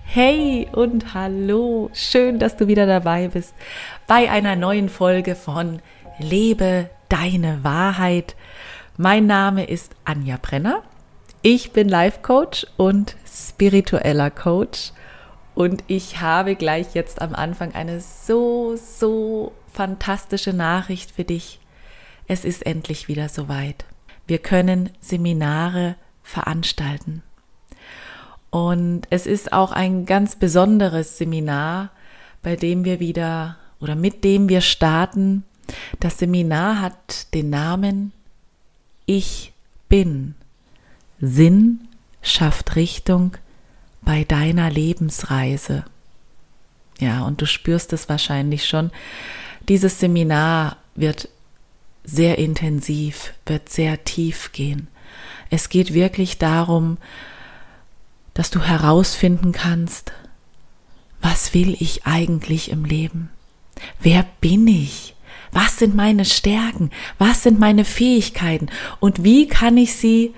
Hey und hallo, schön, dass du wieder dabei bist bei einer neuen Folge von Lebe deine Wahrheit. Mein Name ist Anja Brenner, ich bin Life Coach und spiritueller Coach und ich habe gleich jetzt am Anfang eine so fantastische Nachricht für dich. Es ist endlich wieder soweit. Wir können Seminare veranstalten. Und es ist auch ein ganz besonderes Seminar, bei dem wir wieder oder mit dem wir starten. Das Seminar hat den Namen Ich bin. Sinn schafft Richtung bei deiner Lebensreise. Ja, und du spürst es wahrscheinlich schon. Dieses Seminar wird sehr intensiv, wird sehr tief gehen. Es geht wirklich darum, dass du herausfinden kannst, was will ich eigentlich im Leben? Wer bin ich? Was sind meine Stärken? Was sind meine Fähigkeiten? Und wie kann ich sie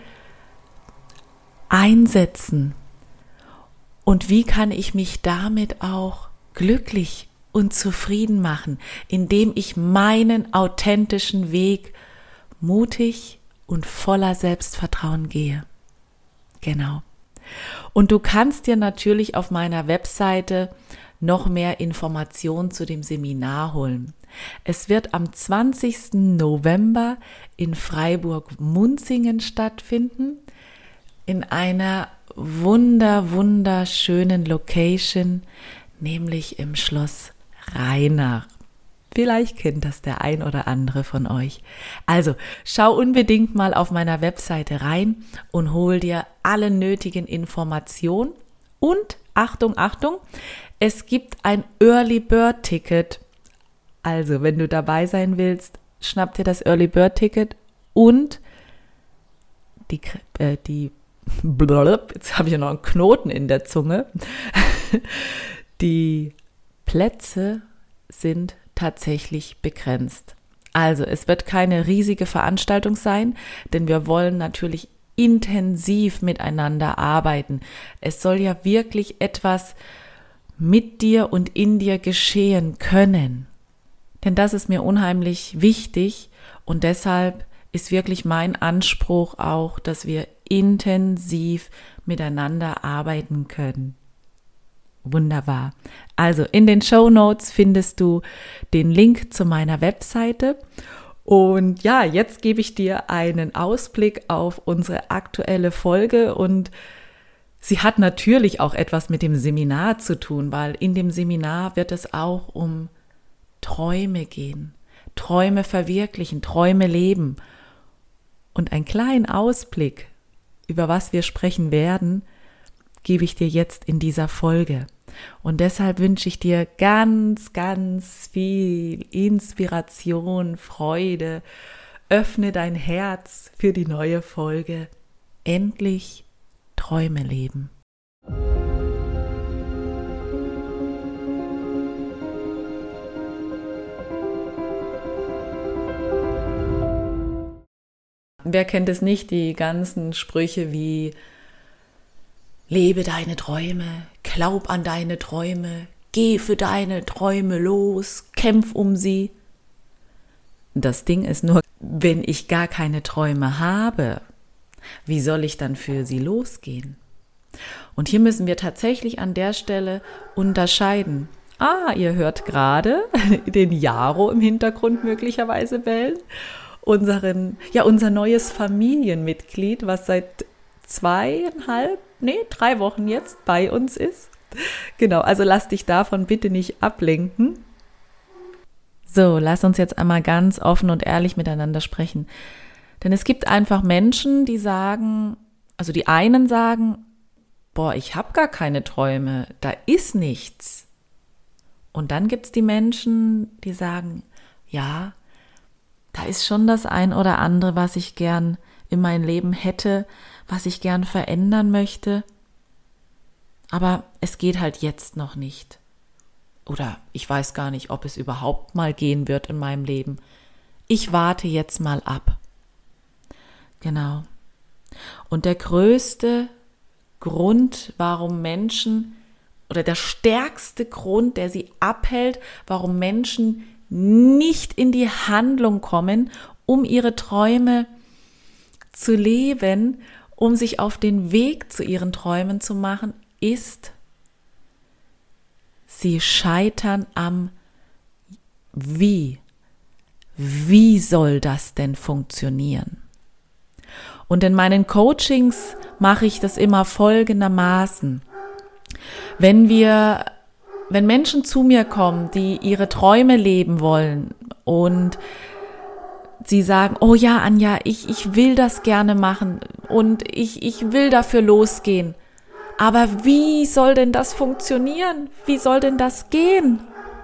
einsetzen? Und wie kann ich mich damit auch glücklich und zufrieden machen, indem ich meinen authentischen Weg mutig und voller Selbstvertrauen gehe? Genau. Und du kannst dir natürlich auf meiner Webseite noch mehr Informationen zu dem Seminar holen. Es wird am 20. November in Freiburg-Munzingen stattfinden, in einer wunderschönen Location, nämlich im Schloss Rheinach. Vielleicht kennt das der ein oder andere von euch. Also schau unbedingt mal auf meiner Webseite rein und hol dir alle nötigen Informationen. Und Achtung, es gibt ein Early Bird Ticket. Also wenn du dabei sein willst, schnapp dir das Early Bird Ticket und jetzt habe ich ja noch einen Knoten in der Zunge. Die Plätze sind tatsächlich begrenzt. Also es wird keine riesige Veranstaltung sein, denn wir wollen natürlich intensiv miteinander arbeiten. Es soll ja wirklich etwas mit dir und in dir geschehen können. Denn das ist mir unheimlich wichtig und deshalb ist wirklich mein Anspruch auch, dass wir intensiv miteinander arbeiten können. Wunderbar. Also in den Shownotes findest du den Link zu meiner Webseite. Und ja, jetzt gebe ich dir einen Ausblick auf unsere aktuelle Folge und sie hat natürlich auch etwas mit dem Seminar zu tun, weil in dem Seminar wird es auch um Träume gehen, Träume verwirklichen, Träume leben. Und einen kleinen Ausblick, über was wir sprechen werden, gebe ich dir jetzt in dieser Folge. Und deshalb wünsche ich dir ganz viel Inspiration, Freude. Öffne dein Herz für die neue Folge. Endlich Träume leben. Wer kennt es nicht, die ganzen Sprüche wie lebe deine Träume, glaub an deine Träume, geh für deine Träume los, kämpf um sie. Das Ding ist nur, wenn ich gar keine Träume habe, wie soll ich dann für sie losgehen? Und hier müssen wir tatsächlich an der Stelle unterscheiden. Ihr hört gerade den Jaro im Hintergrund möglicherweise bellen. Unser neues Familienmitglied, was seit 3 Wochen jetzt bei uns ist. Genau, also lass dich davon bitte nicht ablenken. So, lass uns jetzt einmal ganz offen und ehrlich miteinander sprechen. Denn es gibt einfach Menschen, die sagen, also die einen sagen, ich habe gar keine Träume, da ist nichts. Und dann gibt es die Menschen, die sagen, ja, da ist schon das ein oder andere, was ich gern in mein Leben hätte, was ich gern verändern möchte. Aber es geht halt jetzt noch nicht. Oder ich weiß gar nicht, ob es überhaupt mal gehen wird in meinem Leben. Ich warte jetzt mal ab. Genau. Und der größte Grund, warum Menschen oder der stärkste Grund, der sie abhält, warum Menschen nicht in die Handlung kommen, um ihre Träume zu leben, um sich auf den Weg zu ihren Träumen zu machen, ist, sie scheitern am Wie. Wie soll das denn funktionieren? Und in meinen Coachings mache ich das immer folgendermaßen. Wenn Menschen zu mir kommen, die ihre Träume leben wollen und sie sagen, oh ja, Anja, ich will das gerne machen und ich will dafür losgehen. Aber wie soll denn das funktionieren? Wie soll denn das gehen?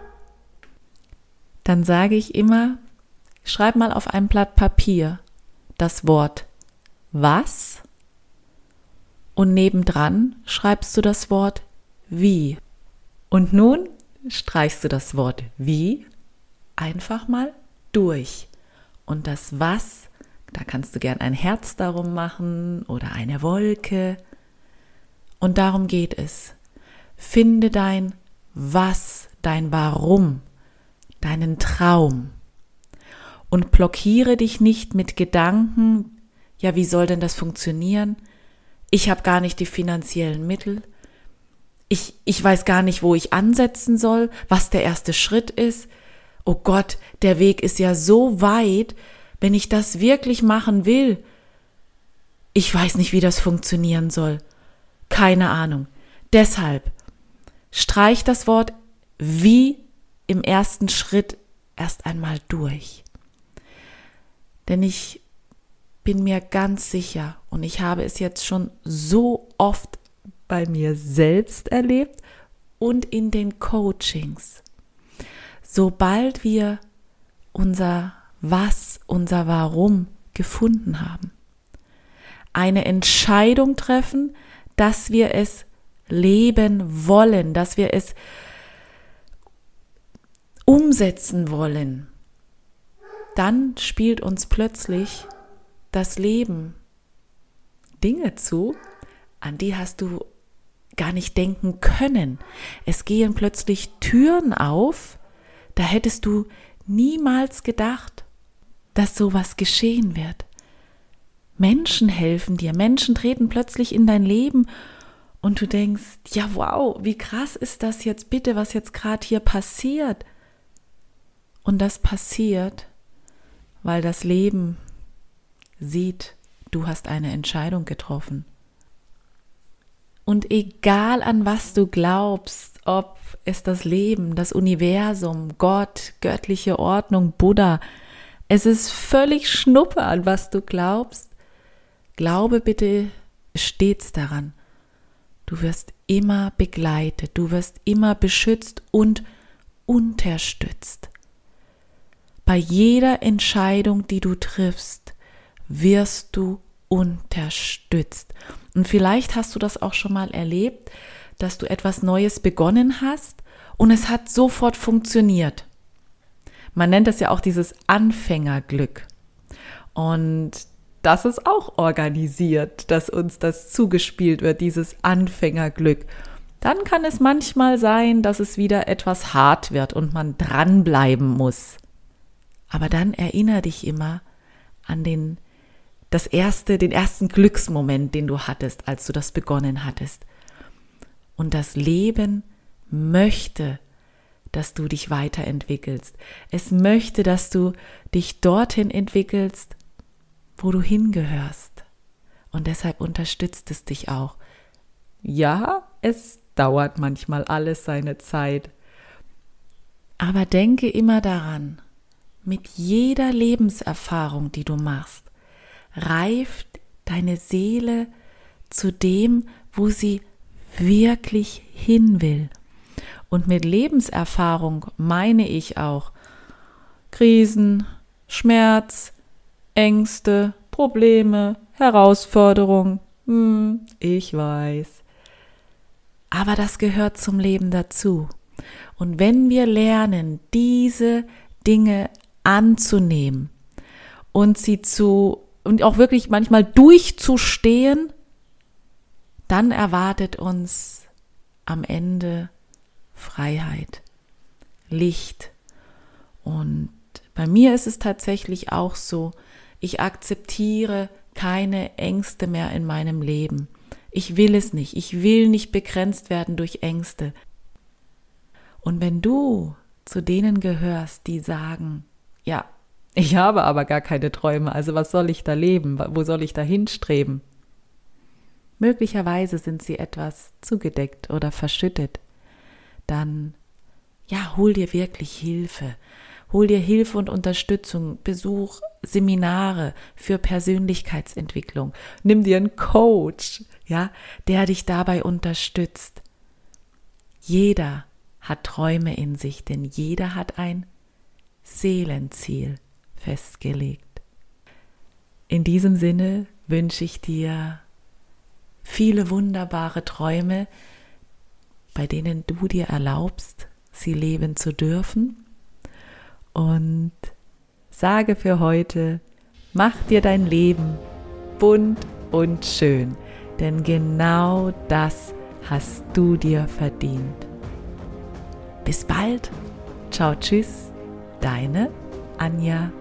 Dann sage ich immer, schreib mal auf ein Blatt Papier das Wort was und nebendran schreibst du das Wort wie. Und nun streichst du das Wort wie einfach mal durch. Und das was, da kannst du gern ein Herz darum machen oder eine Wolke. Und darum geht es. Finde dein Was, dein Warum, deinen Traum. Und blockiere dich nicht mit Gedanken, ja, wie soll denn das funktionieren? Ich habe gar nicht die finanziellen Mittel. Ich weiß gar nicht, wo ich ansetzen soll, was der erste Schritt ist. Oh Gott, der Weg ist ja so weit, wenn ich das wirklich machen will. Ich weiß nicht, wie das funktionieren soll. Keine Ahnung. Deshalb streich das Wort wie im ersten Schritt erst einmal durch. Denn ich bin mir ganz sicher und ich habe es jetzt schon so oft bei mir selbst erlebt und in den Coachings. Sobald wir unser Was, unser Warum gefunden haben, eine Entscheidung treffen, dass wir es leben wollen, dass wir es umsetzen wollen, dann spielt uns plötzlich das Leben Dinge zu, an die hast du gar nicht denken können. Es gehen plötzlich Türen auf, da hättest du niemals gedacht, dass sowas geschehen wird. Menschen helfen dir, Menschen treten plötzlich in dein Leben und du denkst, ja wow, wie krass ist das jetzt bitte, was jetzt gerade hier passiert? Und das passiert, weil das Leben sieht, du hast eine Entscheidung getroffen. Und egal an was du glaubst, ob es das Leben, das Universum, Gott, göttliche Ordnung, Buddha, es ist völlig Schnuppe, an was du glaubst. Glaube bitte stets daran. Du wirst immer begleitet, du wirst immer beschützt und unterstützt. Bei jeder Entscheidung, die du triffst, wirst du unterstützt. Und vielleicht hast du das auch schon mal erlebt, dass du etwas Neues begonnen hast und es hat sofort funktioniert. Man nennt es ja auch dieses Anfängerglück. Und das ist auch organisiert, dass uns das zugespielt wird, dieses Anfängerglück. Dann kann es manchmal sein, dass es wieder etwas hart wird und man dranbleiben muss. Aber dann erinnere dich immer an den ersten Glücksmoment, den du hattest, als du das begonnen hattest. Und das Leben möchte, dass du dich weiterentwickelst. Es möchte, dass du dich dorthin entwickelst, wo du hingehörst. Und deshalb unterstützt es dich auch. Ja, es dauert manchmal alles seine Zeit. Aber denke immer daran, mit jeder Lebenserfahrung, die du machst, reift deine Seele zu dem, wo sie wirklich hin will. Und mit Lebenserfahrung meine ich auch Krisen, Schmerz, Ängste, Probleme, Herausforderungen. Ich weiß. Aber das gehört zum Leben dazu. Und wenn wir lernen, diese Dinge anzunehmen und und auch wirklich manchmal durchzustehen, dann erwartet uns am Ende Freiheit, Licht. Und bei mir ist es tatsächlich auch so, ich akzeptiere keine Ängste mehr in meinem Leben. Ich will es nicht. Ich will nicht begrenzt werden durch Ängste. Und wenn du zu denen gehörst, die sagen, ja, ich habe aber gar keine Träume, also was soll ich da leben? Wo soll ich da hinstreben? Möglicherweise sind sie etwas zugedeckt oder verschüttet. Dann, ja, hol dir wirklich Hilfe. Hol dir Hilfe und Unterstützung. Besuch Seminare für Persönlichkeitsentwicklung. Nimm dir einen Coach, ja, der dich dabei unterstützt. Jeder hat Träume in sich, denn jeder hat ein Seelenziel festgelegt. In diesem Sinne wünsche ich dir viele wunderbare Träume, bei denen du dir erlaubst, sie leben zu dürfen. Und sage für heute, mach dir dein Leben bunt und schön, denn genau das hast du dir verdient. Bis bald. Ciao, tschüss, deine Anja.